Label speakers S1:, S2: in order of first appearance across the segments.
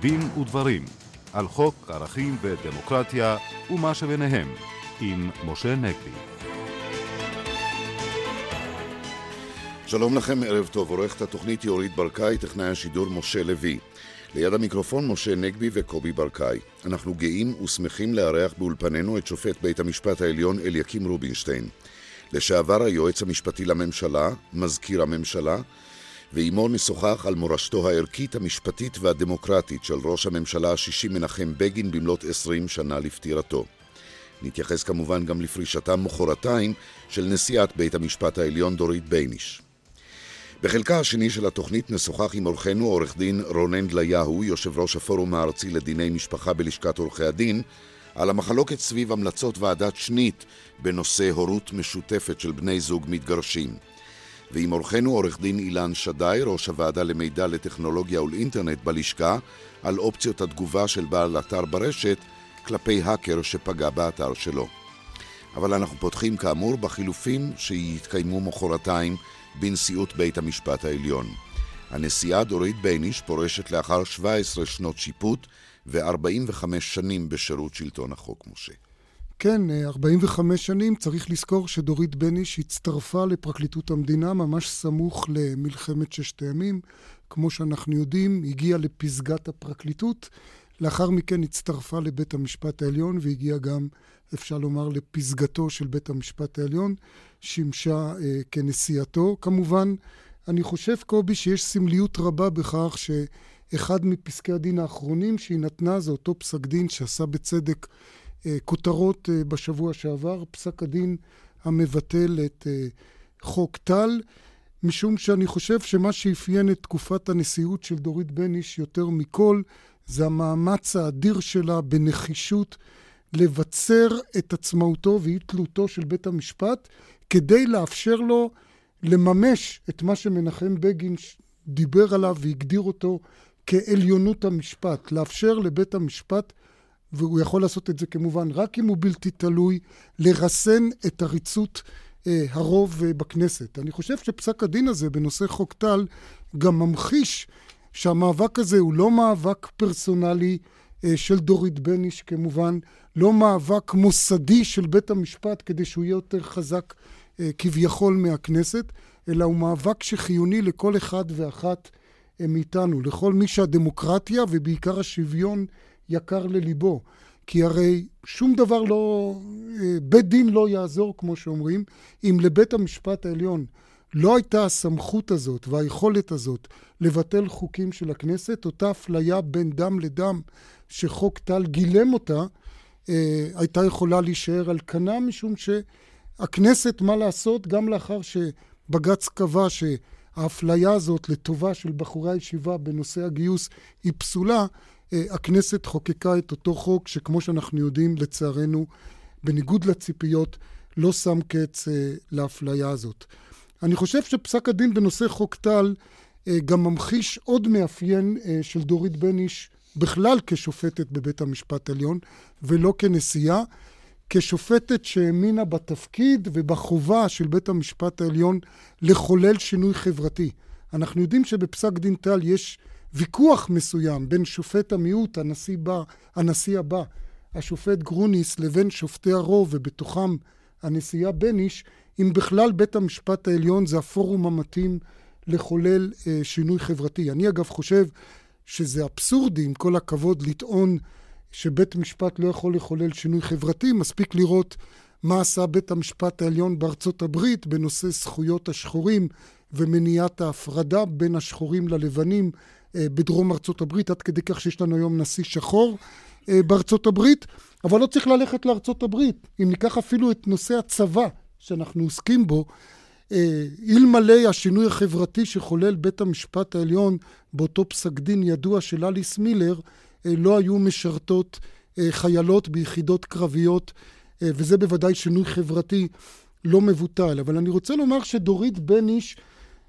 S1: דין ודברים על חוק ערכים ודמוקרטיה ומה שביניהם עם משה נגבי.
S2: שלום לכם, ערב טוב. עורכת התוכנית יורית ברקאי, טכנאי השידור משה לוי. ליד המיקרופון משה נגבי וקובי ברקאי. אנחנו גאים ושמחים לארח באולפנינו את שופט בית המשפט העליון אליקים רובינשטיין, לשעבר היועץ המשפטי לממשלה, מזכיר הממשלה, ועימו נשוחח על מורשתו הערכית, המשפטית והדמוקרטית של ראש הממשלה השישי מנחם בגין במלאת 20 שנה לפטירתו. נתייחס כמובן גם לפרישתה מחרתיים של נשיאת בית המשפט העליון דורית בייניש. בחלקה השני של התוכנית נשוחח עם אורחנו עורך דין רונן דליהו, יושב ראש הפורום הארצי לדיני משפחה בלשכת עורכי הדין, על המחלוקת סביב המלצות ועדת שנית בנושא הורות משותפת של בני זוג מתגרשים. ועם אורחנו עורך דין אילן שדאי, ראש הוועדה למידע לטכנולוגיה ולאינטרנט בלשכה, על אופציות התגובה של בעל אתר ברשת כלפי האקר שפגע באתר שלו. אבל אנחנו פותחים כאמור בחילופים שיתקיימו מחרתיים בנשיאות בית המשפט העליון. הנשיאה דורית בייניש פורשת לאחר 17 שנות שיפוט ו-45 שנים בשירות שלטון החוק, משה.
S3: כן, 45 שנים. צריך לזכור שדורית בייניש הצטרפה לפרקליטות המדינה ממש סמוך למלחמת ששת הימים. כמו שאנחנו יודעים, הגיעה לפסגת הפרקליטות, לאחר מכן הצטרפה לבית המשפט העליון והגיעה גם, אפשר לומר, לפסגתו של בית המשפט העליון, שימשה כנשיאתו. כמובן, אני חושב, קובי, שיש סמליות רבה בכך שאחד מפסקי הדין האחרונים שהיא נתנה זה אותו פסק דין שעשה בצדק כותרות בשבוע שעבר, פסק הדין המבטל את חוק טל, משום שאני חושב שמה שאפיין את תקופת הנשיאות של דורית בייניש יותר מכל, זה המאמץ האדיר שלה בנחישות לבצר את עצמאותו ואי תלותו של בית המשפט, כדי לאפשר לו לממש את מה שמנחם בגין דיבר עליו והגדיר אותו כעליונות המשפט, לאפשר לבית המשפט, והוא יכול לעשות את זה כמובן רק אם הוא בלתי תלוי, לרסן את עריצות הרוב בכנסת. אני חושב שפסק הדין הזה בנושא חוק טל גם ממחיש שהמאבק הזה הוא לא מאבק פרסונלי של דורית בייניש, כמובן לא מאבק מוסדי של בית המשפט כדי שהוא יהיה יותר חזק כביכול מהכנסת, אלא הוא מאבק שחיוני לכל אחד ואחת מאיתנו, לכל מי שהדמוקרטיה ובעיקר השוויון יקר לליבו. כי הרי שום דבר לא, בית דין לא יעזור, כמו שאומרים, אם לבית המשפט העליון לא הייתה הסמכות הזאת והיכולת הזאת לבטל חוקים של הכנסת, אותה אפליה בין דם לדם שחוק טל גילם אותה, הייתה יכולה להישאר על כנה, משום שהכנסת, מה לעשות, גם לאחר שבג"ץ קבע שהאפליה הזאת לטובה של בחורי הישיבה בנושא הגיוס היא פסולה, הכנסת חוקקה את אותו חוק שכמו שאנחנו יודעים, לצערנו, בניגוד לציפיות, לא שם קץ לאפליה הזאת. אני חושב שפסק הדין בנושא חוק טל גם ממחיש עוד מאפיין של דורית בייניש בכלל כשופטת בבית המשפט העליון, ולא כנשיאה, כשופטת שהאמינה בתפקיד ובחובה של בית המשפט העליון לחולל שינוי חברתי. אנחנו יודעים שבפסק דין טל יש ויכוח מסוים בין שופט המיעוט, הנשיא הבא, השופט גרוניס, לבין שופטי הרוב, ובתוכם הנשיאה בייניש, אם בכלל בית המשפט העליון זה הפורום המתאים לחולל שינוי חברתי. אני אגב חושב שזה אבסורדי, עם כל הכבוד, לטעון שבית משפט לא יכול לחולל שינוי חברתי. מספיק לראות מה עשה בית המשפט העליון בארצות הברית בנושא זכויות השחורים ומניעת ההפרדה בין השחורים ללבנים בדרום ארצות הברית, עד כדי כך שיש לנו היום נשיא שחור בארצות הברית. אבל לא צריך ללכת לארצות הברית. אם ניקח אפילו את נושא הצבא שאנחנו עוסקים בו, אלמלא השינוי החברתי שחולל בית המשפט העליון באותו פסק דין ידוע של אליס מילר, לא היו משרתות חיילות ביחידות קרביות, וזה בוודאי שינוי חברתי לא מבוטל. אבל אני רוצה לומר שדורית בייניש,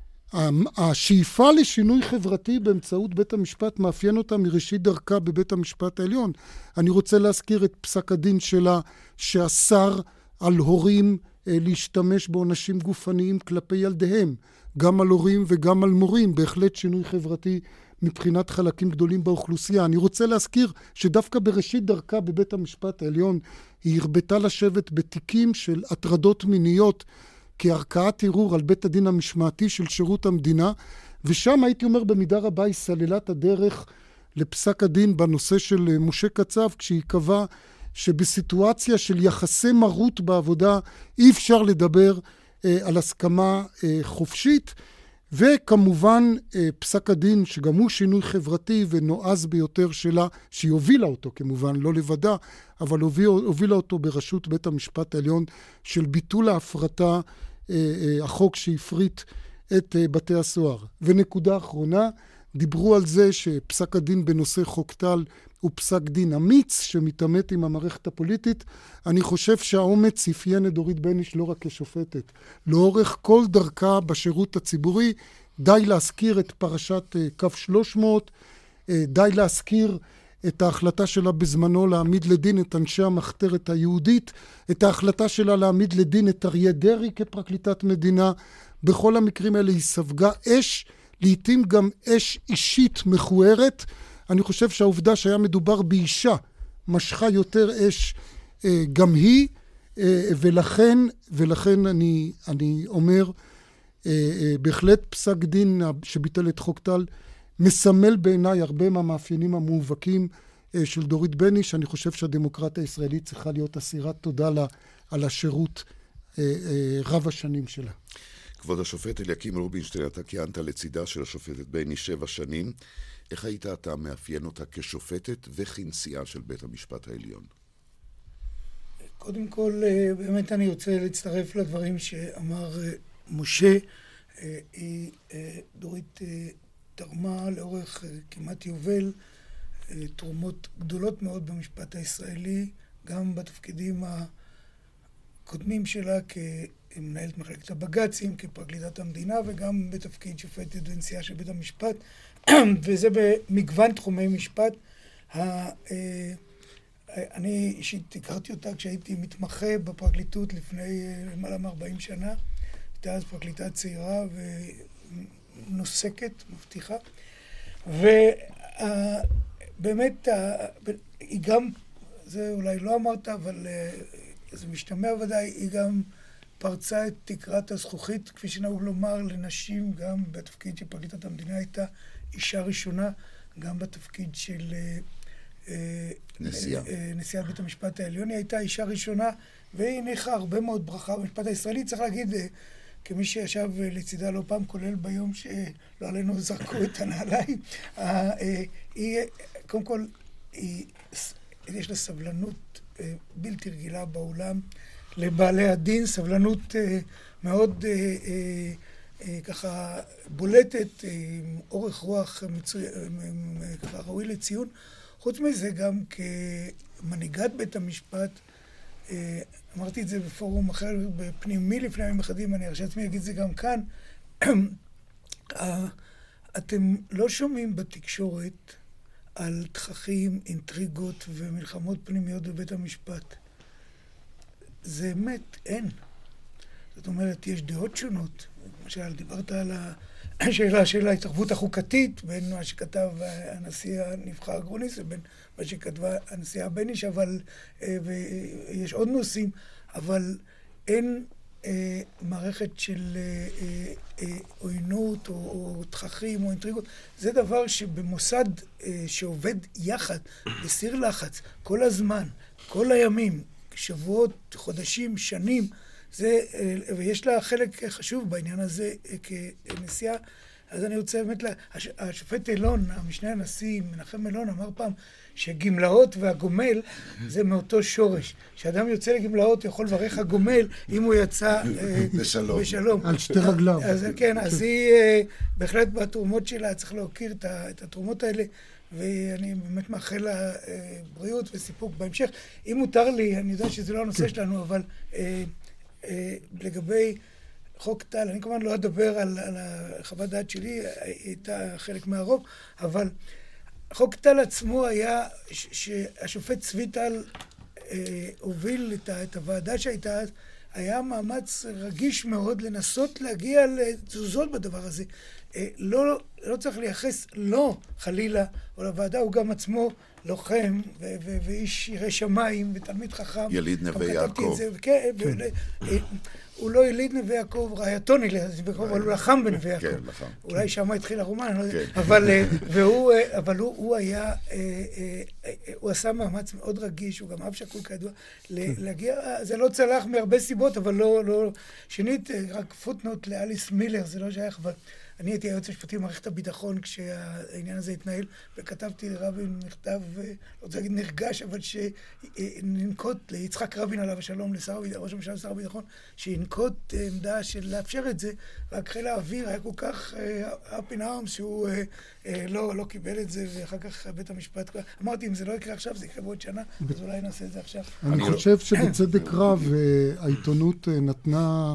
S3: השאיפה לשינוי חברתי באמצעות בית המשפט מאפיין אותה מראשית דרכה בבית המשפט העליון. אני רוצה להזכיר את פסק הדין שלה שאסר על הורים להשתמש בעונשים גופניים כלפי ילדיהם, גם על הורים וגם על מורים, בהחלט שינוי חברתי מבחינת חלקים גדולים באוכלוסייה. אני רוצה להזכיר שדווקא בראשית דרכה בבית המשפט העליון היא הרבתה לשבת בתיקים של הטרדות מיניות כערכאת ערעור על בית הדין המשמעתי של שירות המדינה, ושם הייתי אומר במידה רבה היא סללת הדרך לפסק הדין בנושא של משה קצב, כשהיא קבעה שבסיטואציה של יחסי מרות בעבודה אי אפשר לדבר על הסכמה חופשית, וכמובן פסק הדין שגם הוא שינוי חברתי ונועז ביותר שלה, שהיא הובילה אותו כמובן, לא לבדה, אבל הובילה אותו בראשות בית המשפט העליון של ביטול ההפרטה, החוק שהפריט את בתי הסוהר. ונקודה אחרונה, דיברו על זה שפסק הדין בנושא חוק טל הוא פסק דין אמיץ שמתעמת עם המערכת הפוליטית. אני חושב שהאומץ אפיין את דורית בייניש לא רק כשופטת. לאורך כל דרכה בשירות הציבורי, די להזכיר את פרשת קו 300, די להזכיר את ההחלטה שלה בזמנו להעמיד לדין את אנשי המחתרת היהודית, את ההחלטה שלה להעמיד לדין את אריה דרעי כפרקליטת מדינה. בכל המקרים האלה היא ספגה אש, לעתים גם אש אישית מכוערת. אני חושב שהעובדה שהיה מדובר באישה משכה יותר אש גם היא, ולכן אני אומר, בהחלט פסק דין שביטל את חוק טל מסמל בעיניי הרבה מהמאפיינים המובהקים של דורית בייניש. אני חושב שהדמוקרטיה הישראלית צריכה להיות אסירת תודה לה על השירות רב השנים שלה.
S2: כבוד השופט אליקים רובינשטיין, אתה כיהנת לצידה של השופטת בייניש 7 שנים. איך היית אתה מאפיין אותה כשופטת וכנשיאה של בית המשפט העליון?
S4: קודם כל, באמת אני רוצה להצטרף לדברים שאמר משה. דורית תרמה לאורך כמעט יובל תרומות גדולות מאוד במשפט הישראלי, גם בתפקידים הקודמים שלה כמנהלת מחלקת הבג"צים, כפרקליטת המדינה, וגם בתפקיד שופטת ונשיאה של בית המשפט, וזה במגוון תחומי משפט. אני אישית הכרתי אותה כשהייתי מתמחה בפרקליטות לפני למעלה מ-40 שנה. הייתה אז פרקליטה צעירה ונוסקת, מבטיחה. ובאמת, היא גם, זה אולי לא אמרת, אבל זה משתמע ודאי, היא גם פרצה את תקרת הזכוכית, כפי שנהוג לומר, לנשים, גם בתפקיד של פרקליטת המדינה הייתה אישה ראשונה, גם בתפקיד של נשיאת בית המשפט העליון, היא הייתה אישה ראשונה, והיא הניחה הרבה מאוד ברכה במשפט הישראלי. צריך להגיד, כמי שישב לצידה לא פעם, כולל ביום שלא עלינו זרקו את הנעליים, היא, קודם כל, יש לה סבלנות בלתי רגילה בעולם, לבעלי הדין, סבלנות מאוד ככה בולטת, אורך רוח ככה ראוי לציון. חוץ מזה, גם כמנהיגת בית המשפט, אמרתי את זה בפורום אחר, בפנימי לפני ימים אחדים, אני ארשה עצמי להגיד את זה גם כאן, אתם לא שומעים בתקשורת על תככים, אינטריגות ומלחמות פנימיות בבית המשפט. זה אמת, אין. זאת אומרת, יש דעות שונות. למשל, דיברת על השאלה של ההתערבות החוקתית בין מה שכתב הנשיא הנבחר גרוניס ובין מה שכתבה הנשיאה בייניש, אבל ויש עוד נושאים, אבל אין מערכת של עוינות או תככים או אינטריגות. זה דבר שבמוסד שעובד יחד, בסיר לחץ, כל הזמן, כל הימים, שבועות, חודשים, שנים, זה, ויש לה חלק חשוב בעניין הזה כנשיאה. אז אני רוצה באמת, השופט אלון, המשנה הנשיא מנחם אלון, אמר פעם שגמלאות והגומל זה מאותו שורש. כשאדם יוצא לגמלאות יכול לברך הגומל אם הוא יצא בשלום.
S3: על שתי רגליו.
S4: אז כן, אז היא בהחלט בתרומות שלה, צריך להוקיר את התרומות האלה, ואני באמת מאחל לה בריאות וסיפוק בהמשך. אם מותר לי, אני יודע שזה לא הנושא שלנו, אבל לגבי חוק טל, אני כמובן לא אדבר על החוות דעת שלי, הייתה חלק מהרוב, אבל חוק טל עצמו היה שהשופט צבי טל הוביל את הוועדה שהייתה אז, היה מאמץ רגיש מאוד לנסות להגיע לתזוזות בדבר הזה. לא צריך לייחס לו חלילה, או לוועדה, הוא גם עצמו לוחם ואיש ירא שמיים ותלמיד חכם.
S2: יליד נווה יעקב.
S4: הוא לא יליד נווה יעקב, רעייתו נווה יעקב, אבל הוא לחם בנווה יעקב.
S2: כן, לחם.
S4: אולי שם התחיל הרומן, אבל הוא היה, הוא עשה מאמץ מאוד רגיש, הוא גם אב שכול כידוע, להגיע, זה לא צלח מהרבה סיבות, אבל לא, שנית, רק פוטנוט לאליס מילר, זה לא שייך, אבל אני הייתי היועץ המשפטי במערכת הביטחון כשהעניין הזה התנהל, וכתבתי לרבין מכתב, לא רוצה להגיד נרגש, אבל שננקוט ליצחק רבין עליו השלום, ראש הממשלה ושר הביטחון, שינקוט עמדה של לאפשר את זה, רק חיל האוויר היה כל כך up in arms שהוא לא קיבל את זה, ואחר כך בית המשפט, אמרתי, אם זה לא יקרה עכשיו, זה יקרה בעוד שנה, אז אולי נעשה את זה עכשיו.
S3: אני חושב שבצדק רב העיתונות נתנה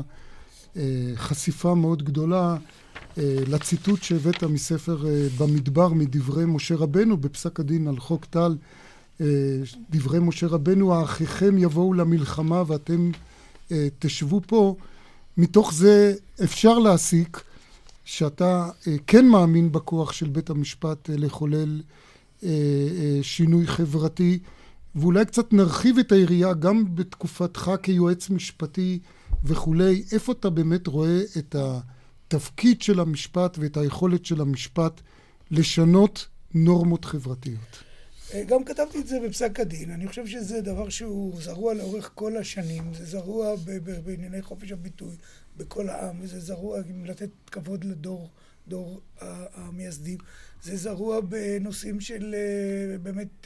S3: חשיפה מאוד גדולה לציטוט שהבאת מספר במדבר מדברי משה רבנו בפסק הדין על חוק טל, דברי משה רבנו, האחיכם יבואו למלחמה ואתם תשבו פה. מתוך זה אפשר להסיק שאתה כן מאמין בכוח של בית המשפט לחולל שינוי חברתי, ואולי קצת נרחיב את היריעה גם בתקופתך כיועץ משפטי וכולי. איפה אתה באמת רואה את התפקיד של המשפט ואת היכולת של המשפט לשנות נורמות חברתיות?
S4: גם כתבתי את זה בפסק הדין. אני חושב שזה דבר שהוא זרוע לאורך כל השנים. זה זרוע בענייני חופש הביטוי בכל העם, וזה זרוע לתת כבוד לדור המייסדים. זה זרוע בנושאים של באמת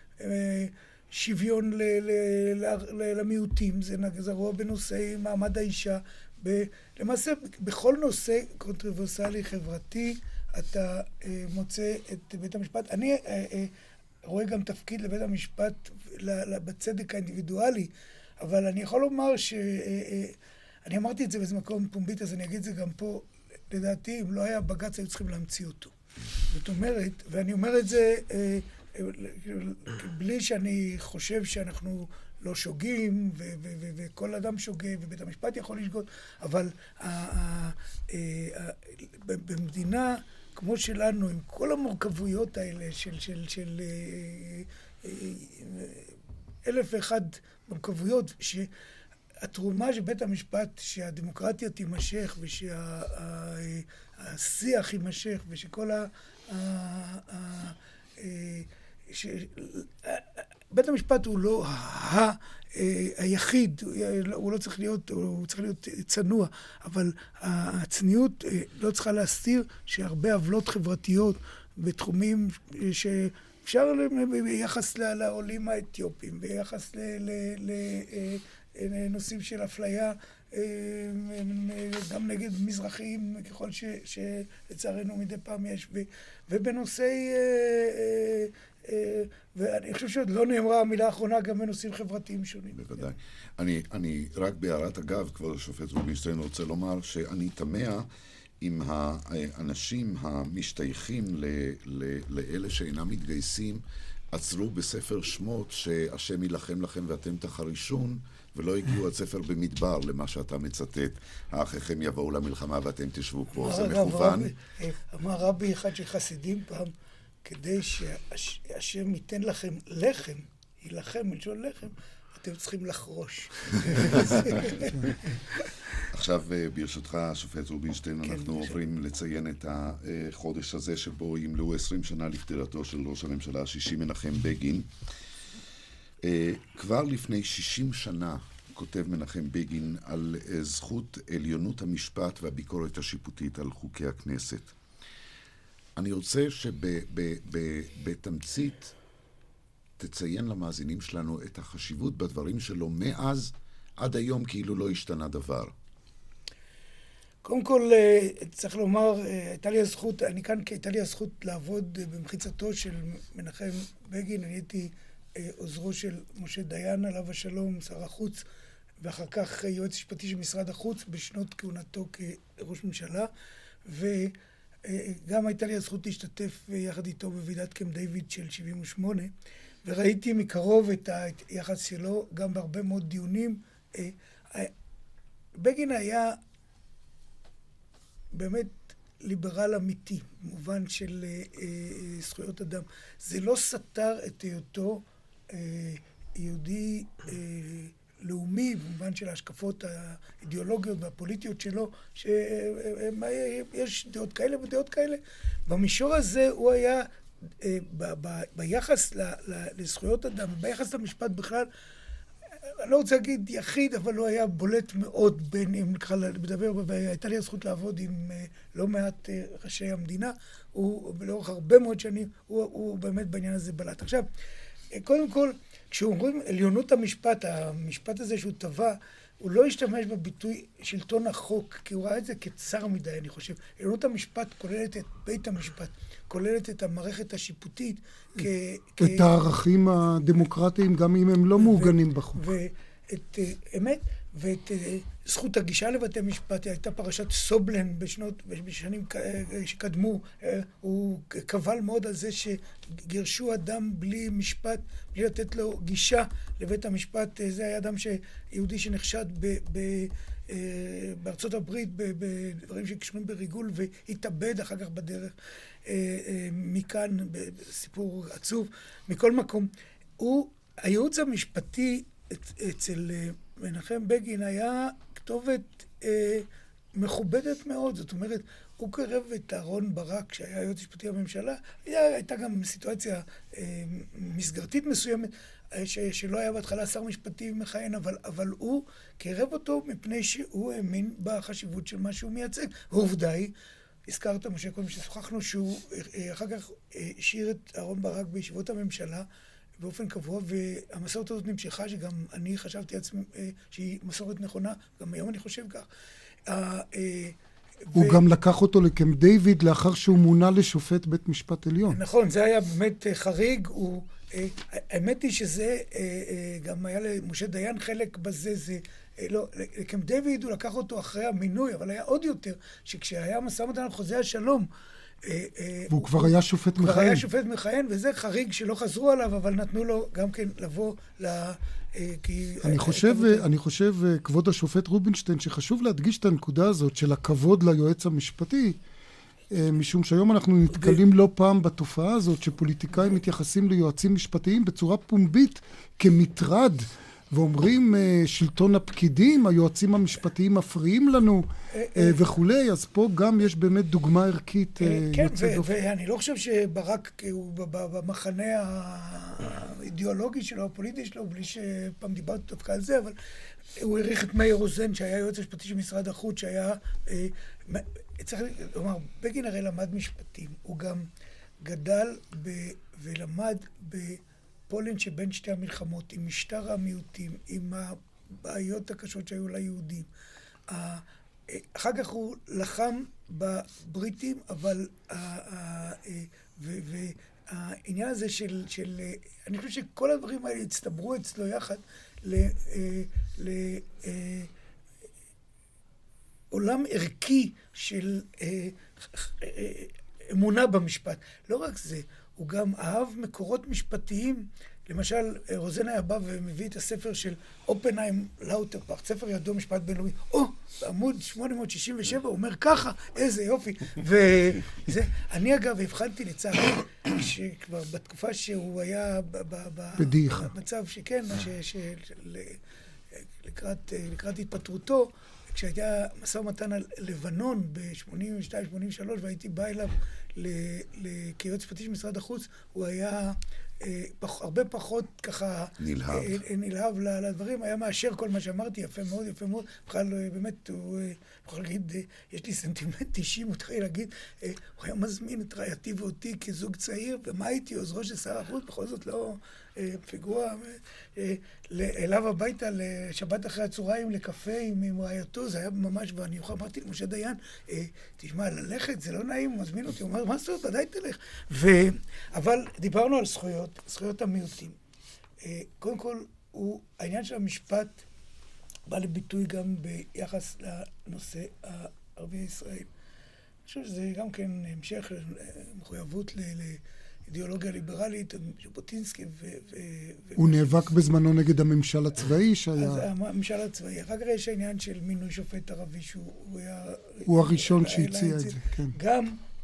S4: שוויון למיעוטים. זה זרוע בנושאי מעמד האישה. למעשה, בכל נושא קונטרוברסלי חברתי, אתה מוצא את בית המשפט. אני רואה גם תפקיד לבית המשפט בצדק האינדיבידואלי, אבל אני יכול לומר אני אמרתי את זה באיזה מקום פומבית, אז אני אגיד את זה גם פה, לדעתי, אם לא היה בג"ץ, היו צריכים להמציא אותו. זאת אומרת, ואני אומר את זה בלי שאני חושב שאנחנו לא שוגים, וכל אדם שוגה, ובית המשפט יכול לשגות, אבל במדינה כמו שלנו, עם כל המורכבויות האלה של אלף ואחד מורכבויות, שהתרומה של בית המשפט, שהדמוקרטיה תימשך, ושהשיח יימשך, ושכל בית המשפט הוא לא היחיד, הוא לא צריך להיות, הוא צריך להיות צנוע, אבל הצניעות לא צריכה להסתיר שהרבה עוולות חברתיות בתחומים שאפשר ביחס לעולים האתיופים, ביחס לנושאים של אפליה, גם נגד מזרחים, ככל שלצערנו מדי פעם יש, ובנושאי ואני חושב שעוד לא נאמרה המילה האחרונה גם בנושאים חברתיים שונים.
S2: בוודאי. אני רק בהערת אגב, כבוד השופט רובינשטיין, רוצה לומר שאני תמה אם האנשים המשתייכים לאלה שאינם מתגייסים עצרו בספר שמות שהשם ילחם לכם ואתם תחרישון, ולא הגיעו עד ספר במדבר למה שאתה מצטט. האחיכם יבואו למלחמה ואתם תשבו פה. זה מכוון.
S4: אמר רבי אחד של חסידים פעם, כדי שהשם ייתן לכם לחם, ילחם מלשון לחם, אתם צריכים לחרוש.
S2: עכשיו, ברשותך, שופט רובינשטיין, אנחנו עוברים לציין את החודש הזה שבו ימלאו 20 שנה לפטירתו של ראש הממשלה השישי מנחם בגין. כבר לפני 60 שנה כותב מנחם בגין על זכות עליונות המשפט והביקורת השיפוטית על חוקי הכנסת. אני רוצה שבתמצית תציין למאזינים שלנו את החשיבות בדברים שלו מאז עד היום, כאילו לא השתנה דבר.
S4: קודם כל, צריך לומר, הייתה לי הזכות, אני כאן כי הייתה לי הזכות לעבוד במחיצתו של מנחם בגין. אני הייתי עוזרו של משה דיין עליו השלום, שר החוץ, ואחר כך יועץ משפטי של משרד החוץ בשנות כהונתו כראש ממשלה, וגם הייתה לי הזכות להשתתף יחד איתו בוועידת קמפ דיוויד של 78, וראיתי מקרוב את היחס שלו גם בהרבה מאוד דיונים. בגין היה באמת ליברל אמיתי, במובן של זכויות אדם. זה לא סתר את היותו יהודי לאומי, במובן של ההשקפות האידיאולוגיות והפוליטיות שלו, שיש דעות כאלה ודעות כאלה. במישור הזה הוא היה, ביחס לזכויות אדם, ביחס למשפט בכלל, אני לא רוצה להגיד יחיד, אבל הוא היה בולט מאוד בין, אם נקרא לדבר, והייתה לי הזכות לעבוד עם לא מעט ראשי המדינה, הוא לאורך הרבה מאוד שנים, הוא באמת בעניין הזה בלט. עכשיו, קודם כל, כשאומרים עליונות המשפט, המשפט הזה שהוא טבע, הוא לא השתמש בביטוי שלטון החוק, כי הוא ראה את זה כצר מדי, אני חושב. עליונות המשפט כוללת את בית המשפט, כוללת את המערכת השיפוטית
S3: את הערכים הדמוקרטיים, גם אם הם לא מעוגנים בחוק.
S4: ואת אמת, ואת זכות הגישה לבתי משפט. הייתה פרשת סובלן בשנים שקדמו. הוא קבל מאוד על זה שגירשו אדם בלי משפט, בלי לתת לו גישה לבית המשפט. זה היה אדם יהודי שנחשד בארצות הברית בדברים שקשורים בריגול והתאבד אחר כך בדרך. מכאן, סיפור עצוב. מכל מקום, הייעוץ המשפטי אצל מנחם בגין היה כתובת מכובדת מאוד. זאת אומרת, הוא קרב את אהרן ברק, שהיה יועץ משפטי בממשלה. הייתה גם סיטואציה מסגרתית מסוימת, שלא היה בהתחלה שר משפטי מכהן, אבל הוא קרב אותו מפני שהוא האמין בחשיבות של מה שהוא מייצג. העובדה היא, הזכרת, משה, קודם ששוחחנו, שהוא אחר כך השאיר את אהרן ברק בישיבות הממשלה באופן קבוע, והמסורת הזאת נמשכה, שגם אני חשבתי עצמי שהיא מסורת נכונה, גם היום אני חושב כך.
S3: הוא גם לקח אותו לקמפ דיוויד לאחר שהוא מונה לשופט בית משפט עליון.
S4: נכון, זה היה באמת חריג. האמת היא שזה גם היה למשה דיין חלק בזה. לא, לקמפ דיוויד הוא לקח אותו אחרי המינוי, אבל היה עוד יותר, שכשהיה משא ומתן על חוזה השלום,
S3: והוא כבר היה שופט מכהן.
S4: כבר היה שופט מכהן, וזה חריג שלא חזרו עליו, אבל נתנו לו גם כן לבוא
S3: אני חושב, כבוד השופט רובינשטיין, שחשוב להדגיש את הנקודה הזאת של הכבוד ליועץ המשפטי, משום שהיום אנחנו נתקלים לא פעם בתופעה הזאת, שפוליטיקאים מתייחסים ליועצים משפטיים בצורה פומבית כמטרד, ואומרים שלטון הפקידים, היועצים המשפטיים מפריעים לנו וכולי, אז פה גם יש באמת דוגמה ערכית.
S4: כן, ואני לא חושב שברק הוא במחנה האידיאולוגי שלו, הפוליטי שלו, בלי שפעם דיברתי דווקא על זה, אבל הוא העריך את מאיר רוזן, שהיה יועץ משפטי של משרד החוץ, שהיה, צריך לומר, בגין הרי למד משפטים, הוא גם גדל ולמד פולין שבין שתי המלחמות, עם משטר המיעוטים, עם הבעיות הקשות שהיו ליהודים. אחר כך הוא לחם בבריטים, אבל והעניין הזה של אני חושב שכל הדברים האלה הצטברו אצלו יחד לעולם ערכי של אמונה במשפט. לא רק זה, הוא גם אהב מקורות משפטיים. למשל, רוזן היה בא ומביא את הספר של אופנהיים לאוטרפאכט, ספר ידוע משפט בינלאומי. בעמוד 867 הוא אומר ככה, איזה יופי. וזה, אני אגב הבחנתי לצערי, שכבר בתקופה שהוא היה במצב שכן, לקראת התפטרותו, כשהייתה משא ומתן על לבנון ב-82-83, והייתי בא אליו כיועץ משפטי של משרד החוץ, הוא היה הרבה פחות ככה נלהב לדברים, היה מאשר כל מה שאמרתי, יפה מאוד, יפה מאוד. בכלל, באמת, הוא יכול להגיד, יש לי סנטימנט אישי, מותר לי להגיד, הוא היה מזמין את רעייתי ואותי כזוג צעיר, ומה הייתי עוזרו של שר החוץ, בכל זאת לא פיגוע, אליו הביתה לשבת אחרי הצהריים לקפה עם רעייתו, זה היה ממש, ואני אמרתי למשה דיין, תשמע, ללכת, זה לא נעים, הוא מזמין אותי, הוא אומר, מה זאת, ודאי תלך. אבל דיברנו על זכויות המיעוטים. קודם כל, העניין של המשפט בא לביטוי גם ביחס לנושא הערבי ישראל. אני חושב שזה גם כן המשך למחויבות אידיאולוגיה ליברלית, ז'בוטינסקי
S3: הוא נאבק בזמנו נגד הממשל הצבאי שהיה...
S4: אז הממשל הצבאי. אחר כך יש העניין של מינוי שופט ערבי שהוא היה...
S3: הוא הראשון שהציע את זה, כן.
S4: גם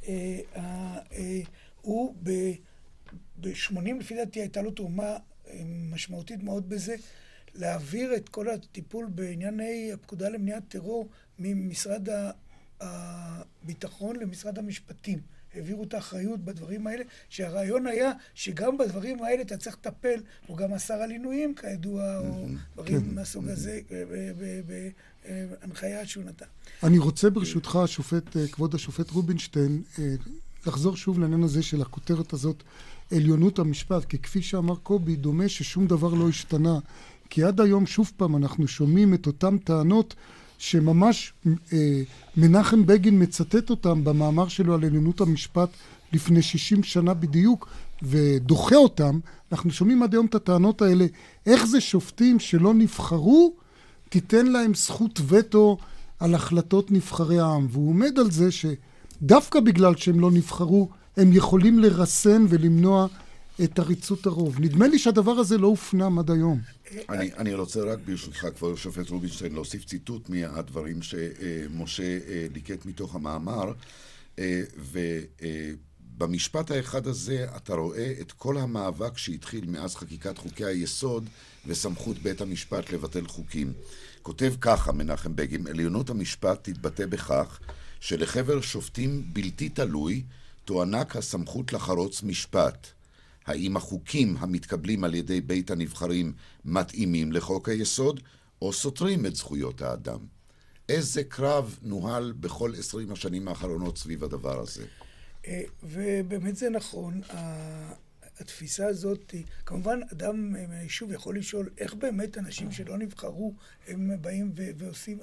S4: הוא ב-80 לפי דעתי הייתה לו תרומה משמעותית מאוד בזה, להעביר את כל הטיפול בענייני הפקודה למניעת טרור ממשרד הביטחון למשרד המשפטים. העבירו את האחריות בדברים האלה, שהרעיון היה שגם בדברים האלה אתה צריך לטפל, הוא גם אסר על עינויים כידוע, או דברים מהסוג הזה, בהנחיה שהוא נתן.
S3: אני רוצה ברשותך, כבוד השופט רובינשטיין, לחזור שוב לעניין הזה של הכותרת הזאת, עליונות המשפט, כי כפי שאמר קובי, דומה ששום דבר לא השתנה, כי עד היום שוב פעם אנחנו שומעים את אותם טענות שממש מנחם בגין מצטט אותם במאמר שלו על עליונות המשפט לפני 60 שנה בדיוק, ודוחה אותם. אנחנו שומעים עד היום את הטענות האלה, איך זה שופטים שלא נבחרו, תיתן להם זכות וטו על החלטות נבחרי העם, והוא עומד על זה שדווקא בגלל שהם לא נבחרו, הם יכולים לרסן ולמנוע את עריצות הרוב. נדמה לי שהדבר הזה לא הופנם עד היום.
S2: אני רוצה רק ברשותך, כבוד השופט רובינשטיין, להוסיף ציטוט מהדברים שמשה ליקט מתוך המאמר, ובמשפט האחד הזה אתה רואה את כל המאבק שהתחיל מאז חקיקת חוקי היסוד וסמכות בית המשפט לבטל חוקים. כותב ככה מנחם בגין, עליונות המשפט תתבטא בכך שלחבר שופטים בלתי תלוי תוענק הסמכות לחרוץ משפט. האם החוקים המתקבלים על ידי בית הנבחרים מתאימים לחוק היסוד, או סותרים את זכויות האדם? איזה קרב נוהל בכל 20 השנים האחרונות סביב הדבר הזה?
S4: ובאמת זה נכון, התפיסה הזאת, כמובן אדם מהיישוב יכול לשאול איך באמת אנשים שלא נבחרו הם באים ועושים...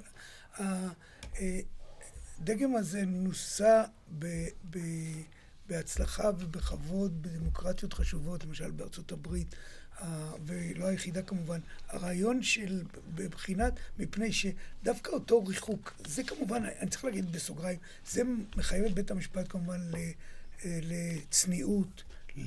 S4: הדגם הזה נוסה בהצלחה ובכבוד בדמוקרטיות חשובות, למשל בארצות הברית, ולא היחידה כמובן. הרעיון של בבחינת, מפני שדווקא אותו ריחוק, זה כמובן, אני צריך להגיד בסוגריים, זה מחייב את בית המשפט כמובן לצניעות,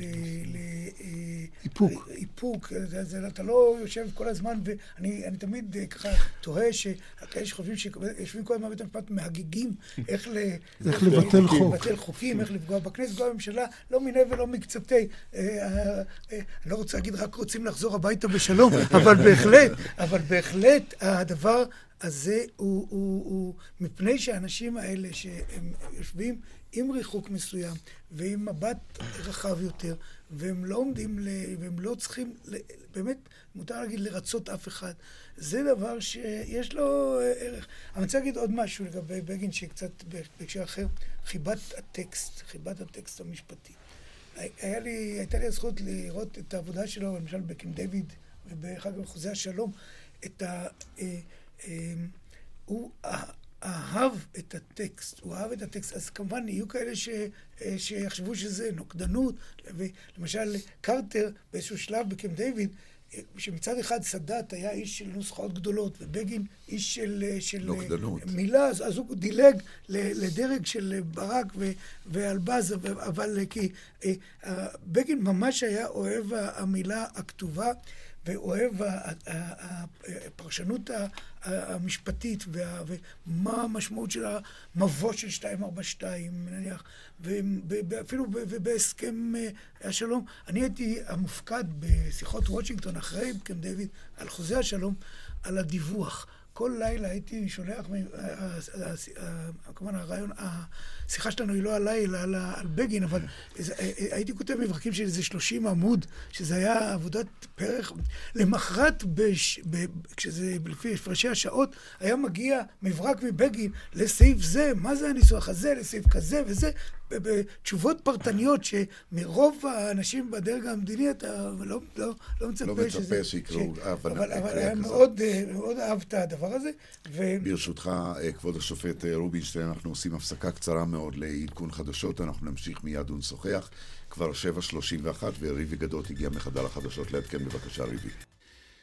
S4: איפוק. אתה לא יושב כל הזמן, ואני תמיד ככה תוהה שיש חושבים שיושבים כל הזמן בית המשפט מהגיגים איך
S3: לבטל
S4: חוקים, איך לפגוע בכנסת, לפגוע בממשלה, לא מיני ולא מקצתי. אני לא רוצה להגיד רק רוצים לחזור הביתה בשלום, אבל בהחלט הדבר הזה הוא מפני שהאנשים האלה שהם יושבים עם ריחוק מסוים ועם מבט רחב יותר, והם לא עומדים והם לא צריכים, באמת, מותר להגיד, לרצות אף אחד. זה דבר שיש לו ערך. אני רוצה להגיד עוד משהו לגבי בגין, שקצת בהקשר אחר, חיבת הטקסט המשפטי. הייתה לי הזכות לראות את העבודה שלו, למשל בקמפ דיוויד ובאחד מחוזי השלום, הוא אהב את הטקסט, אז כמובן יהיו כאלה שיחשבו שזה נוקדנות, ולמשל קרטר באיזשהו שלב בקמפ דיוויד, שמצד אחד סאדאת היה איש של נוסחאות גדולות, ובגין איש של מילה, אז הוא דילג לדרג של ברק ואלבז, אבל כי בגין ממש היה אוהב המילה הכתובה, ואוהב הפרשנות המשפטית ומה המשמעות של המבוא של 242 נניח, ואפילו בהסכם השלום. אני הייתי המופקד בשיחות וושינגטון אחרי קמפ דיוויד על חוזה השלום, על הדיווח. כל לילה הייתי שולח, כמובן הרעיון, השיחה שלנו היא לא עליי, אלא על בגין, אבל הייתי כותב מברקים של איזה 30 עמוד, שזה היה עבודת פרח. למחרת, כשזה לפי הפרשי השעות, היה מגיע מברק מבגין לסעיף זה, מה זה הניסוח הזה, לסעיף כזה וזה, בתשובות פרטניות שמרוב האנשים בדרג המדיני אתה לא מצפה
S2: שיקראו,
S4: אבל היה מאוד אהב את הדבר הזה.
S2: ברשותך, כבוד השופט רובינשטיין, אנחנו עושים הפסקה קצרה מאוד לעדכון חדשות, אנחנו נמשיך מיד ונשוחח. כבר 7:31 וריבי גדות הגיע מחדר החדשות לעדכן. בבקשה ריבי.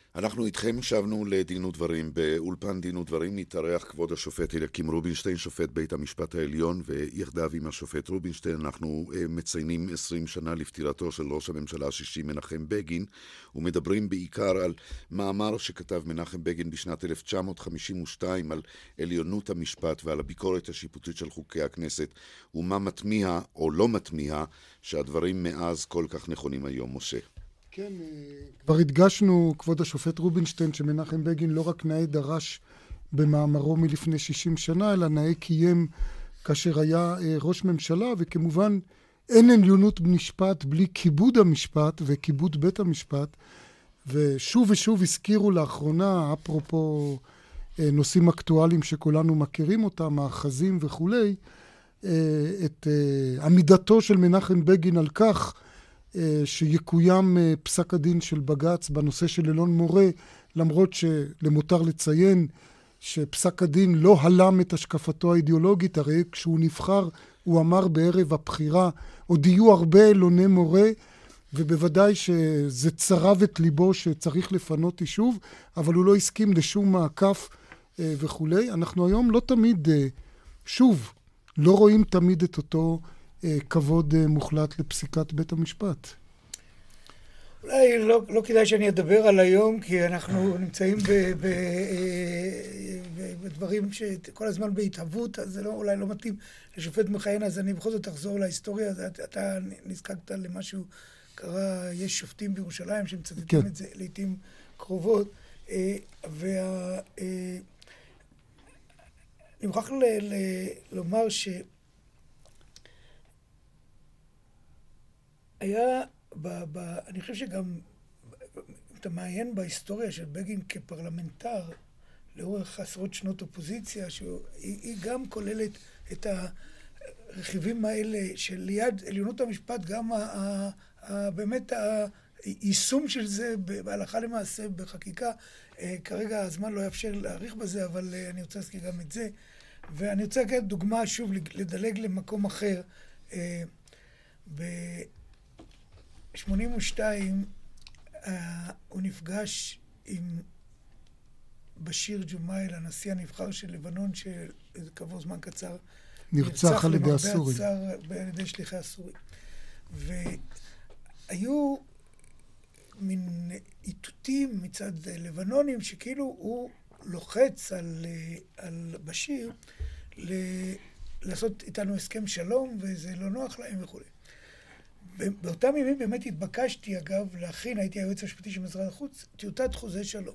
S2: אנחנו איתכם שבנו לדין ודברים. באולפן דין ודברים נתארח כבוד השופט אליקים רובינשטיין, שופט בית המשפט העליון, ויחדיו עם השופט רובינשטיין אנחנו מציינים 20 שנה לפטירתו של ראש הממשלה השישי מנחם בגין, ומדברים בעיקר על מאמר שכתב מנחם בגין בשנת 1952 על עליונות המשפט ועל הביקורת השיפוטית של חוקי הכנסת, ומה מתמיע או לא מתמיע שהדברים מאז כל כך נכונים היום. משה.
S3: כן, כבר הדגשנו, כבוד השופט רובינשטיין, שמנחם בגין לא רק נאה דרש במאמרו מלפני 60 שנה, אלא נאה קיים כאשר היה ראש ממשלה, וכמובן אין עליונות במשפט בלי כיבוד המשפט וכיבוד בית המשפט, ושוב ושוב הזכירו לאחרונה, אפרופו נושאים אקטואליים שכולנו מכירים אותם, מאחזים וכולי, את עמידתו של מנחם בגין על כך, שיקוים פסק הדין של בג"ץ בנושא של אלון מורה, למרות שלמותר לציין שפסק הדין לא הלם את השקפתו האידיאולוגית, הרי כשהוא נבחר הוא אמר בערב הבחירה, עוד יהיו הרבה אלוני מורה, ובוודאי שזה צרב את ליבו שצריך לפנות יישוב, אבל הוא לא הסכים לשום מעקף וכולי. אנחנו היום לא תמיד, שוב, לא רואים תמיד את אותו כבוד מוחלט לפסיקת בית המשפט.
S4: אולי לא כדאי שאני אדבר על היום, כי אנחנו נמצאים בדברים שכל הזמן בהתהוות, אז זה אולי לא מתאים לשופט מכהן, אז אני בכל זאת אחזור להיסטוריה. אתה נזקקת למשהו קרה, יש שופטים בירושלים שמצטטים את זה לעתים קרובות, אני מוכרח לומר היה, אני חושב שגם, אם אתה מעיין בהיסטוריה של בגין כפרלמנטר, לאורך עשרות שנות אופוזיציה, שהיא גם כוללת את הרכיבים האלה של ליד עליונות המשפט, גם באמת היישום של זה בהלכה למעשה בחקיקה. כרגע הזמן לא יאפשר להאריך בזה, אבל אני רוצה להזכיר גם את זה. ואני רוצה להגיד דוגמה, שוב, לדלג למקום אחר. ב-82 הוא נפגש עם בשיר ג'ומאייל, הנשיא הנבחר של לבנון, שכעבור זמן קצר
S3: נרצח על ידי הסורים.
S4: על ידי שליחי הסורים. והיו מין איתותים מצד לבנונים, שכאילו הוא לוחץ על בשיר לעשות איתנו הסכם שלום, וזה לא נוח להם וכו'. באותם ימים באמת התבקשתי, אגב, להכין, הייתי היועץ המשפטי של משרד החוץ, טיוטת חוזה שלום.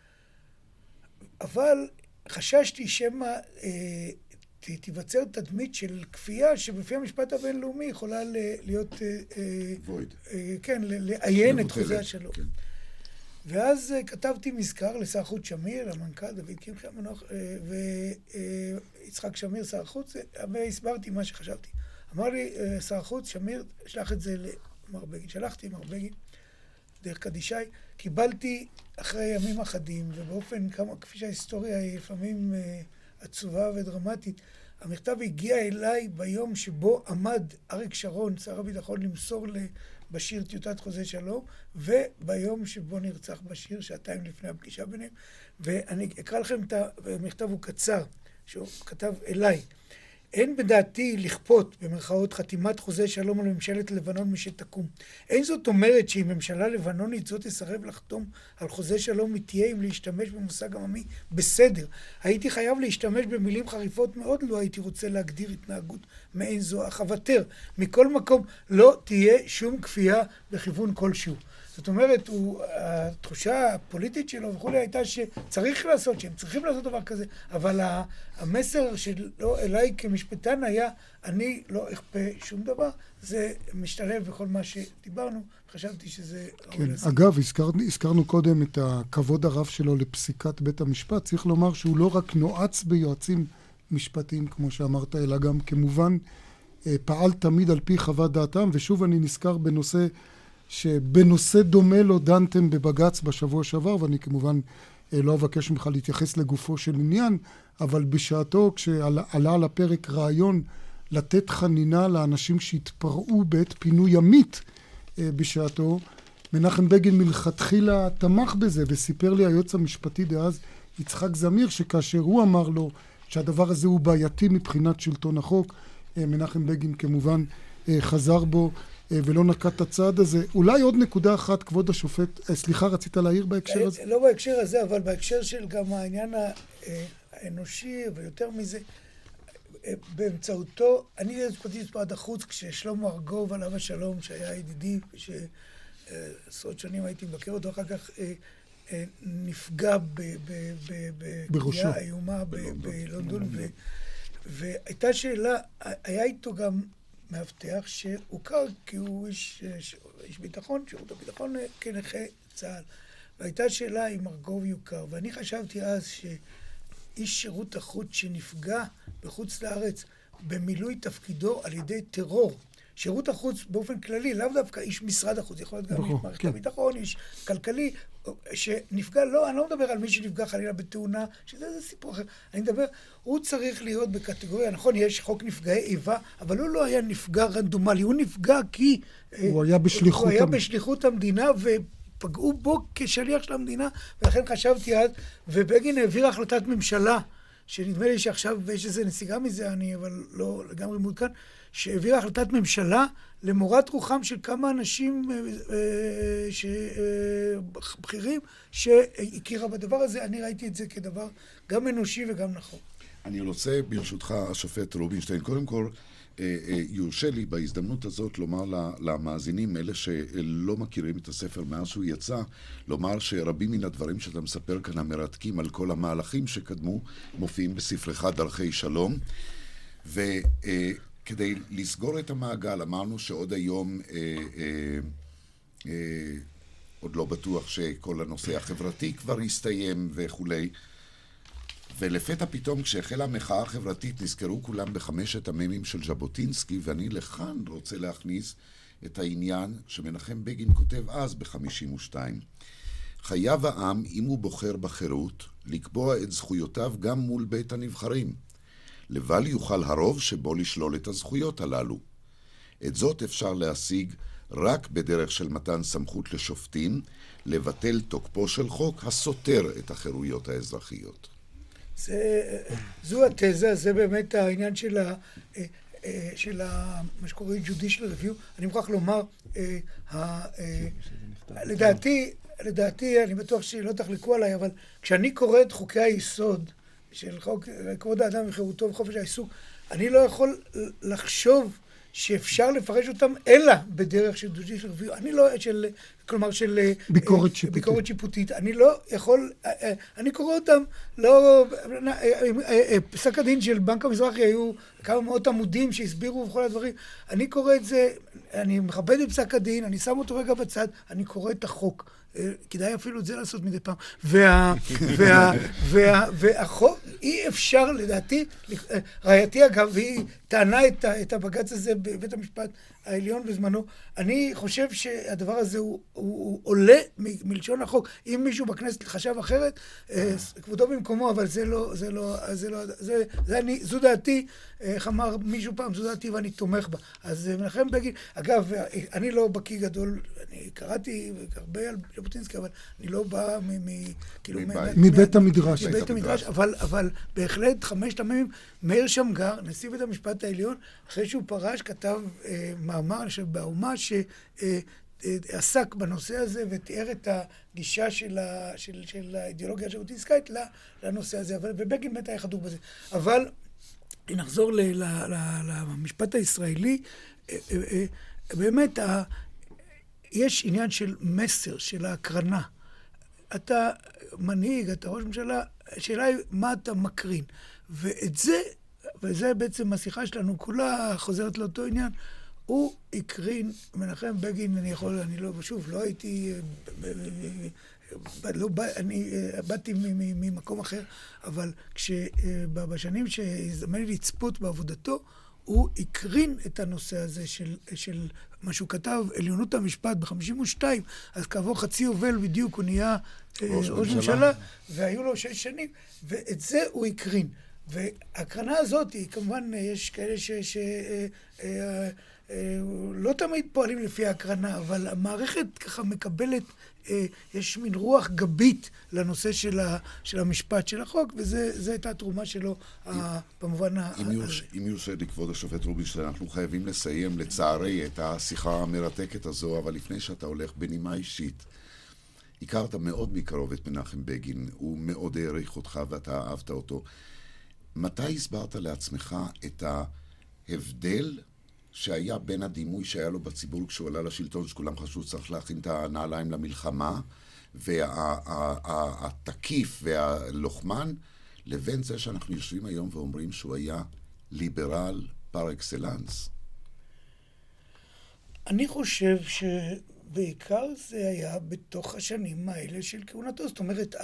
S4: אבל חששתי שמא תיווצר תדמית של כפייה שבפי המשפט הבינלאומי יכולה להיות
S2: וויד.
S4: כן, לעיין את חוזה השלום.
S2: כן.
S4: ואז כתבתי מזכר לשר החוץ שמיר, למנכ"ל דוד קמחי המנוח, ויצחק שמיר, שר החוץ, והסברתי מה שחשבתי. אמר לי, שר החוץ, שמיר, שלח את זה למר בגין. שלחתי למר בגין, דרך קדישי. קיבלתי אחרי ימים אחדים, ובאופן כפי שההיסטוריה היא לפעמים עצובה ודרמטית, המכתב הגיע אליי ביום שבו עמד אריק שרון, שר הביטחון, למסור לבשיר טיוטת חוזה שלום, וביום שבו נרצח בשיר, שעתיים לפני הפגישה ביניהם. ואני אקרא לכם את המכתב, הוא קצר, שהוא כתב אליי. אין בדעתי לכפות, במרכאות, חתימת חוזה שלום על ממשלת לבנון משתקום. אין זאת אומרת שאם ממשלה לבנונית זאת תסרב לחתום על חוזה שלום, היא תהיה אם להשתמש במושג עממי בסדר. הייתי חייב להשתמש במילים חריפות מאוד, לא הייתי רוצה להגדיר התנהגות מעין זו, אך אוותר. מכל מקום לא תהיה שום כפייה בכיוון כלשהו. זאת אומרת, התחושה הפוליטית שלו וכולי הייתה שצריך לעשות, שהם צריכים לעשות דבר כזה, אבל המסר שלו אליי כמשפטן היה, אני לא אכפה שום דבר, זה משתלב בכל מה שדיברנו, חשבתי שזה...
S3: כן, אגב, הזכרנו קודם את הכבוד הרב שלו לפסיקת בית המשפט, צריך לומר שהוא לא רק נועץ ביועצים משפטיים, כמו שאמרת, אלא גם כמובן פעל תמיד על פי חוות דעתם, ושוב אני נזכר שבנושא דומה לו דנתם בבג"ץ בשבוע שעבר, ואני כמובן לא אבקש ממך להתייחס לגופו של עניין, אבל בשעתו כשעלה על הפרק רעיון לתת חנינה לאנשים שהתפרעו בעת פינוי ימית בשעתו, מנחם בגין מלכתחילה תמך בזה, וסיפר לי היועץ המשפטי דאז יצחק זמיר, שכאשר הוא אמר לו שהדבר הזה הוא בעייתי מבחינת שלטון החוק, מנחם בגין כמובן חזר בו ולא נקט את הצעד הזה. אולי עוד נקודה אחת, כבוד השופט, סליחה, רצית להעיר בהקשר הזה?
S4: לא בהקשר הזה, אבל בהקשר של גם העניין האנושי, ויותר מזה, באמצעותו, אני הייתי משרד החוץ, כששלמה ארגוב עליו השלום, שהיה ידידי, שעשרות שנים הייתי מבקר אותו, אחר כך נפגע בפגיעה איומה בלונדון, והייתה שאלה, היה איתו גם מאבטח שהוכר כי הוא איש ביטחון, שירות הביטחון כנכה צה"ל. והייתה שאלה אם ארגוב יוכר, ואני חשבתי אז שאיש שירות החוץ שנפגע בחוץ לארץ במילוי תפקידו על ידי טרור, שירות החוץ באופן כללי, לאו דווקא איש משרד החוץ, יכול להיות גם איש מערכת הביטחון, איש כלכלי, שנפגע, לא, אני לא מדבר על מי שנפגע חלילה בתאונה, שזה סיפור אחר. אני מדבר, הוא צריך להיות בקטגוריה, נכון, יש חוק נפגעי איבה, אבל הוא לא היה נפגע רנדומלי, הוא נפגע כי
S3: הוא היה
S4: בשליחות המדינה, ופגעו בו כשליח של המדינה, ולכן חשבתי אז, ובגין העביר החלטת ממשלה, שנדמה לי שעכשיו יש איזו נסיגה מזה, אני אבל לא לגמרי מעודכן, שהעבירה החלטת ממשלה למורת רוחם של כמה אנשים בכירים שהכירה בדבר הזה. אני ראיתי את זה כדבר גם אנושי וגם נכון.
S2: אני רוצה ברשותך, השופט רובינשטיין, קודם כל יורשה לי בהזדמנות הזאת לומר למאזינים, אלה שלא מכירים את הספר מאז שהוא יצא, לומר שרבים מן הדברים שאתה מספר כאן המרתקים על כל המהלכים שקדמו, מופיעים בספרך דרכי שלום, כדי לסגור את המעגל, אמרנו שעוד היום עוד לא בטוח שכל הנושא החברתי כבר יסתיים וכולי. ולפתע פתאום כשהחלה המחאה החברתית נזכרו כולם בחמשת המ"מים של ז'בוטינסקי, ואני לכאן רוצה להכניס את העניין שמנחם בגין כותב אז ב-52. חייב העם, אם הוא בוחר בחירות, לקבוע את זכויותיו גם מול בית הנבחרים. לבל יוכל הרוב שבו לשלול את הזכויות הללו. את זאת אפשר להשיג רק בדרך של מתן סמכות לשופטים, לבטל תוקפו של חוק הסותר את החירויות האזרחיות.
S4: זו התזה, זה באמת העניין של מה שקורה judicial review. אני מוכרח לומר, לדעתי, אני בטוח שלא תחלקו עליי, אבל כשאני קורא את חוקי היסוד, של חוק כבוד האדם וחירותו וחופש העיסוק, אני לא יכול לחשוב שאפשר לפרש אותם אלא בדרך של judicial review. אני לא, כלומר של ביקורת שיפוטית. אני לא יכול, אני קורא אותם, לא, פסק הדין של בנק המזרחי היו כמה מאות עמודים שהסבירו וכל הדברים. אני קורא את זה, אני מכבד את פסק הדין, אני שם אותו רגע בצד, אני קורא את החוק. כדאי אפילו את זה לעשות מדי פעם. והחוק, אי אפשר לדעתי, רעייתי אגב, והיא טענה את הבג"ץ הזה בבית המשפט העליון בזמנו, אני חושב שהדבר הזה הוא עולה מלשון החוק. אם מישהו בכנסת חשב אחרת, כבודו במקומו, אבל זו דעתי, איך אמר מישהו פעם, זו דעתי ואני תומך בה. אז מנחם בגין, אגב, אני לא בקיא גדול, אני קראתי הרבה על ז'בוטינסקי, אבל אני לא בא
S3: מבית המדרש.
S4: מבית המדרש, אבל בהחלט 5 המ"מים, מאיר שמגר, נשיא בית המשפט העליון, אחרי שהוא פרש, כתב מאמר באומה שעסק בנושא הזה ותיאר את הגישה של האידיאולוגיה הז'בוטינסקאית לנושא הזה, ובגין באמת היה חדור בזה. אבל נחזור למשפט הישראלי, באמת יש עניין של מסר, של ההקרנה. אתה מנהיג, אתה ראש ממשלה, השאלה היא מה אתה מקרין. וזה בעצם השיחה שלנו, כולה חוזרת לאותו עניין. הוא הקרין, מנחם בגין, אני לא הייתי, אני באתי ממקום אחר, אבל בשנים שהזדמן לי לצפות בעבודתו, הוא הקרין את הנושא הזה של מה שהוא כתב, עליונות המשפט ב-52, אז כעבור חצי יובל בדיוק הוא נהיה ראש ממשלה, והיו לו 6 שנים, ואת זה הוא הקרין. וההקרנה הזאת, כמובן יש כאלה לא תמיד פועלים לפי ההקרנה, אבל המערכת ככה מקבלת, יש מין רוח גבית לנושא של המשפט של החוק, וזו הייתה התרומה שלו במובן הזה.
S2: אם יורשה לי, כבוד השופט רובינשטיין, אנחנו חייבים לסיים לצערי את השיחה המרתקת הזו, אבל לפני שאתה הולך בנימה אישית, הכרת מאוד מקרוב את מנחם בגין, הוא מאוד העריך אותך ואתה אהבת אותו. מתי הסברת לעצמך את ההבדל שהיה בין הדימוי שהיה לו בציבור כשהוא עלה לשלטון, שכולם חשבו שצריך להכין את הנעליים למלחמה, והתקיף והלוחמן, לבין זה שאנחנו יושבים היום ואומרים שהוא היה ליברל פר אקסלנס? אני
S4: חושב שבעיקר זה היה בתוך השנים האלה של כהונתו. זאת אומרת,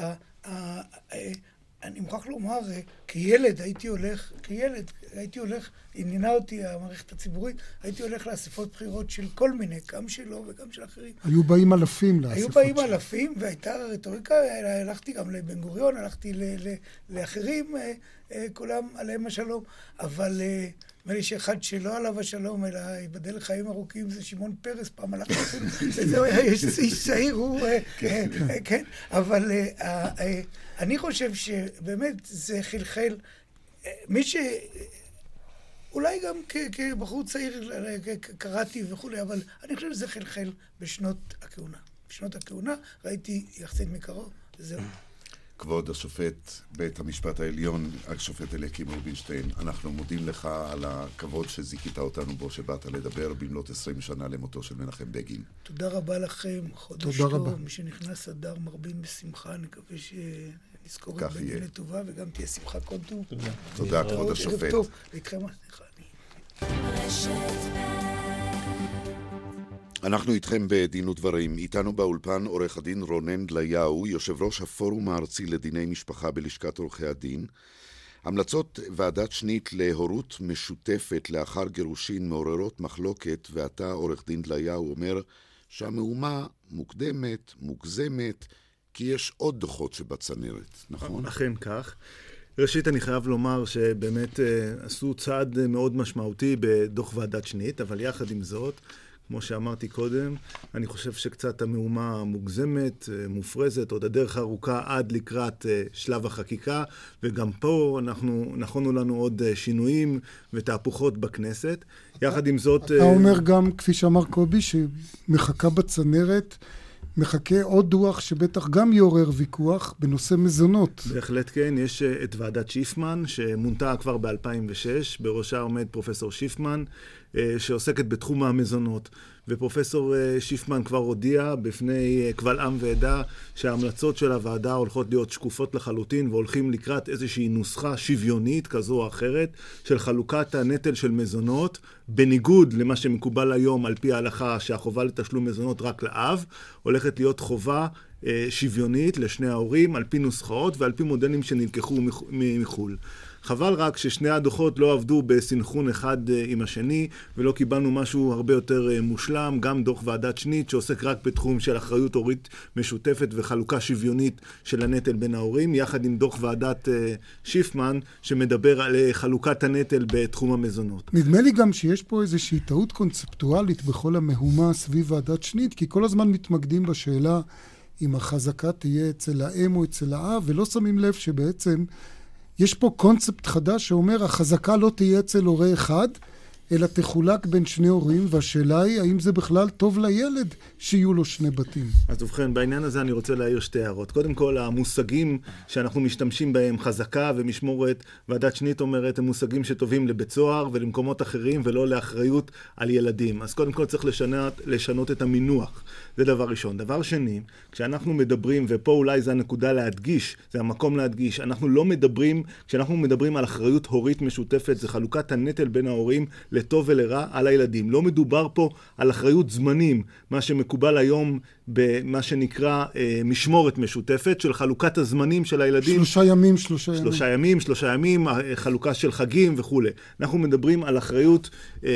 S4: אני מוכרח לומר, כילד הייתי הולך, עניינה אותי המערכת הציבורית, הייתי הולך לאספות בחירות של כל מיני, גם שלו וגם של אחרים.
S3: היו באים אלפים לאספות.
S4: היו באים אלפים, והייתה רטוריקה, הלכתי גם לבן גוריון, הלכתי לאחרים, כולם עליהם השלום, אבל נדמה לי שאחד שלא עליו השלום, אלא ייבדל לחיים ארוכים, זה שמעון פרס, פעם הלכתי אפילו, וזהו, יש איש צעיר, הוא, כן, אבל אני חושב שבאמת זה חלחל, מי ש... אולי גם כבחור צעיר קראתי וכו', אבל אני חושב שזה חלחל בשנות הכהונה. בשנות הכהונה ראיתי יחסית מקרוב, וזהו.
S2: כבוד השופט בית המשפט העליון, השופט אליקים רובינשטיין, אנחנו מודים לך על הכבוד שזיכית אותנו בו, שבאת לדבר במלאת 20 שנה למותו של מנחם בגין.
S4: תודה רבה לכם, חודש טוב, מי שנכנס אדר מרבים בשמחה, נקווה שנזכור את בגין לטובה, וגם תהיה שמחה כל טוב.
S2: תודה, כבוד השופט.
S4: ערב טוב, ואיתכם
S2: אנחנו איתכם בדין ודברים. איתנו באולפן עורך הדין רונן דליהו, יושב ראש הפורום הארצי לדיני משפחה בלשכת עורכי הדין. המלצות ועדת שנית להורות משותפת לאחר גירושין מעוררות מחלוקת, ואתה עורך דין דליהו אומר שהמהומה מוקדמת, מוגזמת, כי יש עוד דוחות שבצנרת, נכון?
S5: אכן כך. ראשית, אני חייב לומר שבאמת עשו צעד מאוד משמעותי בדוח ועדת שנית, אבל יחד עם זאת, כמו שאמרתי קודם, אני חושב שקצת המהומה מוגזמת, מופרזת, עוד הדרך ארוכה עד לקראת שלב החקיקה, וגם פה נכונו לנו עוד שינויים ותהפוכות בכנסת. יחד עם זאת...
S3: אתה אומר גם, כפי שאמר קובי, שמחכה בצנרת, מחכה עוד דוח שבטח גם יעורר ויכוח בנושא מזונות.
S5: בהחלט כן, יש את ועדת שיפמן שמונתה כבר ב-2006, בראשה עומד פרופסור שיפמן, שעוסקת בתחום המזונות. ופרופסור שיפמן כבר הודיע בפני קבל עם ועדה שההמלצות של הוועדה הולכות להיות שקופות לחלוטין, והולכים לקראת איזושהי נוסחה שוויונית כזו או אחרת של חלוקת הנטל של מזונות, בניגוד למה שמקובל היום על פי ההלכה שהחובה לתשלום מזונות רק לאב, הולכת להיות חובה שוויונית לשני ההורים על פי נוסחאות ועל פי מודלים שנלקחו מחול. חבל רק ששני הדוחות לא עבדו בסנכרון אחד עם השני, ולא קיבלנו משהו הרבה יותר מושלם, גם דוח ועדת שנית שעוסק רק בתחום של אחריות הורית משותפת וחלוקה שוויונית של הנטל בין ההורים, יחד עם דוח ועדת שיפמן שמדבר על חלוקת הנטל בתחום המזונות.
S3: נדמה לי גם שיש פה איזושהי טעות קונספטואלית בכל המהומה סביב ועדת שנית, כי כל הזמן מתמקדים בשאלה אם החזקה תהיה אצל האם או אצל האב, ולא שמים לב שבעצם יש פה קונספט חדש שאומר, החזקה לא תהיה אצל הורה אחד, אלא תחולק בין שני הורים, והשאלה היא, האם זה בכלל טוב לילד שיהיו לו שני בתים?
S5: אז ובכן, בעניין הזה אני רוצה להעיר שתי הערות. קודם כל, המושגים שאנחנו משתמשים בהם, חזקה ומשמורת, ועדת שנית אומרת, הם מושגים שטובים לבית סוהר ולמקומות אחרים, ולא לאחריות על ילדים. אז קודם כל צריך לשנות את המינוח. זה דבר ראשון. דבר שני, כשאנחנו מדברים, ופה אולי זה הנקודה להדגיש, זה המקום להדגיש, כשאנחנו מדברים על אחריות הורית משותפת, זה חלוקת הנטל בין ההורים לטוב ולרע על הילדים. לא מדובר פה על אחריות זמנים, מה שמקובל היום במה שנקרא משמורת משותפת, של חלוקת הזמנים של הילדים.
S3: 3 ימים.
S5: 3 ימים, חלוקה של חגים וכו'. אנחנו מדברים על אחריות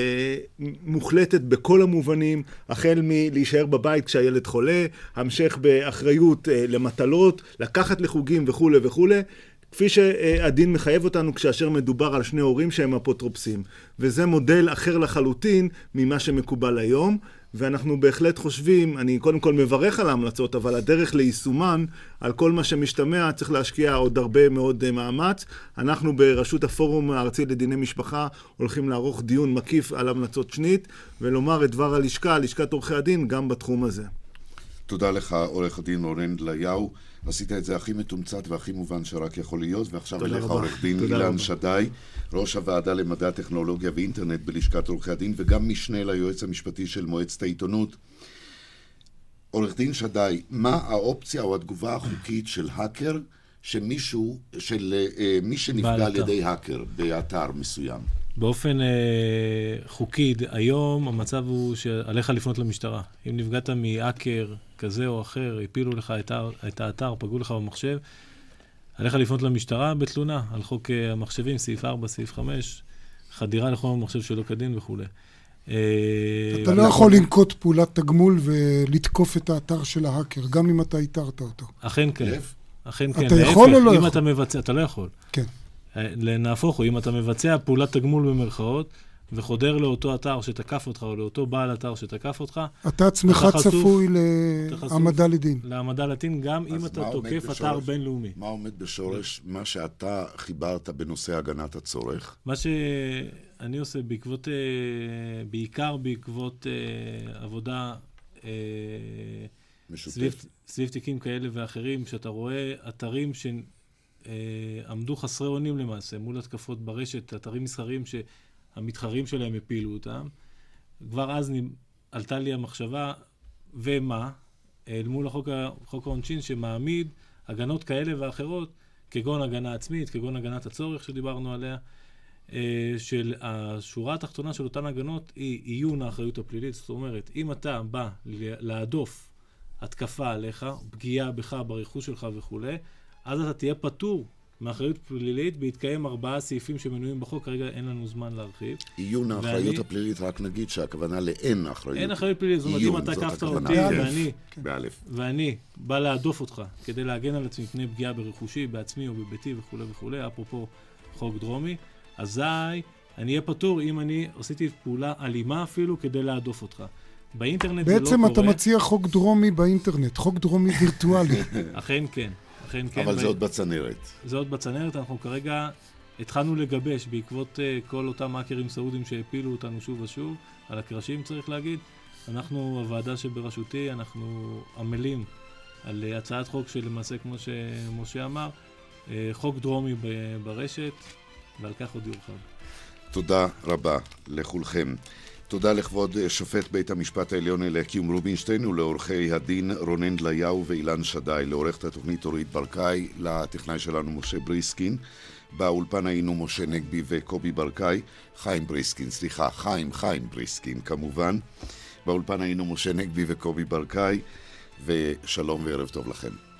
S5: מוחלטת בכל המובנים, החל מלהישאר בבית כשהילד חולה, המשך באחריות למטלות, לקחת לחוגים וכו' וכו'. כפי שהדין מחייב אותנו כאשר מדובר על שני הורים שהם אפוטרופסים. וזה מודל אחר לחלוטין ממה שמקובל היום, ואנחנו בהחלט חושבים, אני קודם כל מברך על ההמלצות, אבל הדרך ליישומן, על כל מה שמשתמע, צריך להשקיע עוד הרבה מאוד מאמץ. אנחנו ברשות הפורום הארצי לדיני משפחה הולכים לערוך דיון מקיף על המלצות שנית, ולומר את דבר הלשכה, לשכת עורכי הדין, גם בתחום הזה.
S2: תודה לך, עורך הדין רונן דליהו. עשית את זה הכי מתומצת והכי מובן שרק יכול להיות, ועכשיו אליך עורך דין אילן שדאי, ראש הוועדה למדע, טכנולוגיה ואינטרנט בלשכת עורכי הדין, וגם משנה ליועץ המשפטי של מועצת העיתונות. עורך דין שדאי, מה האופציה או התגובה החוקית של האקר, מי שנפגע על ידי האקר באתר מסוים?
S6: באופן חוקי, היום המצב הוא שעליך לפנות למשטרה. אם נפגעת מהאקר כזה או אחר, הפילו לך את האתר, פגעו לך במחשב, עליך לפנות למשטרה בתלונה על חוק המחשבים, סעיף 4, סעיף 5, חדירה לחומר המחשב שלא כדין וכו'.
S3: אתה לא יכול לנקוט פעולת תגמול ולתקוף את האתר של ההאקר, גם אם אתה איתרת אותו.
S6: אכן כן. אכן כן.
S3: אתה יכול או לא יכול?
S6: אם אתה מבצע, אתה לא יכול.
S3: כן.
S6: נהפוך הוא, אם אתה מבצע פעולת תגמול במרכאות, וחודר לאותו אתר שתקף אותך, או לאותו בעל אתר שתקף אותך,
S3: אתה עצמך צפוי להעמדה לדין.
S6: להעמדה לדין, גם אם אתה תוקף אתר בינלאומי.
S2: מה עומד בשורש מה שאתה חיברת בנושא הגנת הצורך?
S6: מה שאני עושה בעיקר בעקבות עבודה סביב תיקים כאלה ואחרים, שאתה רואה אתרים עמדו חסרי אונים למעשה, מול התקפות ברשת, אתרים מסחריים שהמתחרים שלהם הפילו אותם. כבר אז עלתה לי המחשבה, ומה? אל מול חוק העונשין שמעמיד הגנות כאלה ואחרות, כגון הגנה עצמית, כגון הגנת הצורך שדיברנו עליה, של השורה התחתונה של אותן הגנות היא עיון האחריות הפלילית. זאת אומרת, אם אתה בא להדוף התקפה עליך, פגיעה בך, ברכוש שלך וכו', אז אתה תהיה פטור מאחריות פלילית, בהתקיים 4 סעיפים שמנויים בחוק, כרגע אין לנו זמן להרחיב.
S2: עיון האחריות הפלילית, רק נגיד שהכוונה לאין אחריות.
S6: אין אחריות פלילית, זאת אומרת, אם אתה קפת אותי ואני בא להדוף אותך, כדי להגן על עצמי מפני פגיעה ברכושי, בעצמי או בביתי וכו' וכו', אפרופו חוק דרומי, אזי אני אהיה פטור אם אני עשיתי פעולה אלימה אפילו כדי להדוף אותך. באינטרנט זה לא קורה.
S3: בעצם אתה מציע חוק דרומי באינטרנט, חוק דרומי וירטואלי.
S6: אכן כן.
S2: אבל זה עוד בצנרת.
S6: זה עוד בצנרת, אנחנו כרגע התחלנו לגבש בעקבות כל אותם האקרים סעודים שהפילו אותנו שוב ושוב, על הקרשים צריך להגיד. אנחנו, הוועדה שבראשותי, אנחנו עמלים על הצעת חוק שלמעשה, כמו שמשה אמר, חוק דרומי ברשת, ועל כך עוד יורחב.
S2: תודה רבה לכולכם. תודה לכבוד שופט בית המשפט העליון אליקים רובינשטיין ולעורכי הדין רונן דליהו ואילן שדאי, לעורכת התוכנית אורית ברקאי, לטכנאי שלנו משה בריסקין, באולפן היינו משה נגבי וקובי ברקאי, חיים בריסקין כמובן, באולפן היינו משה נגבי וקובי ברקאי, ושלום וערב טוב לכם.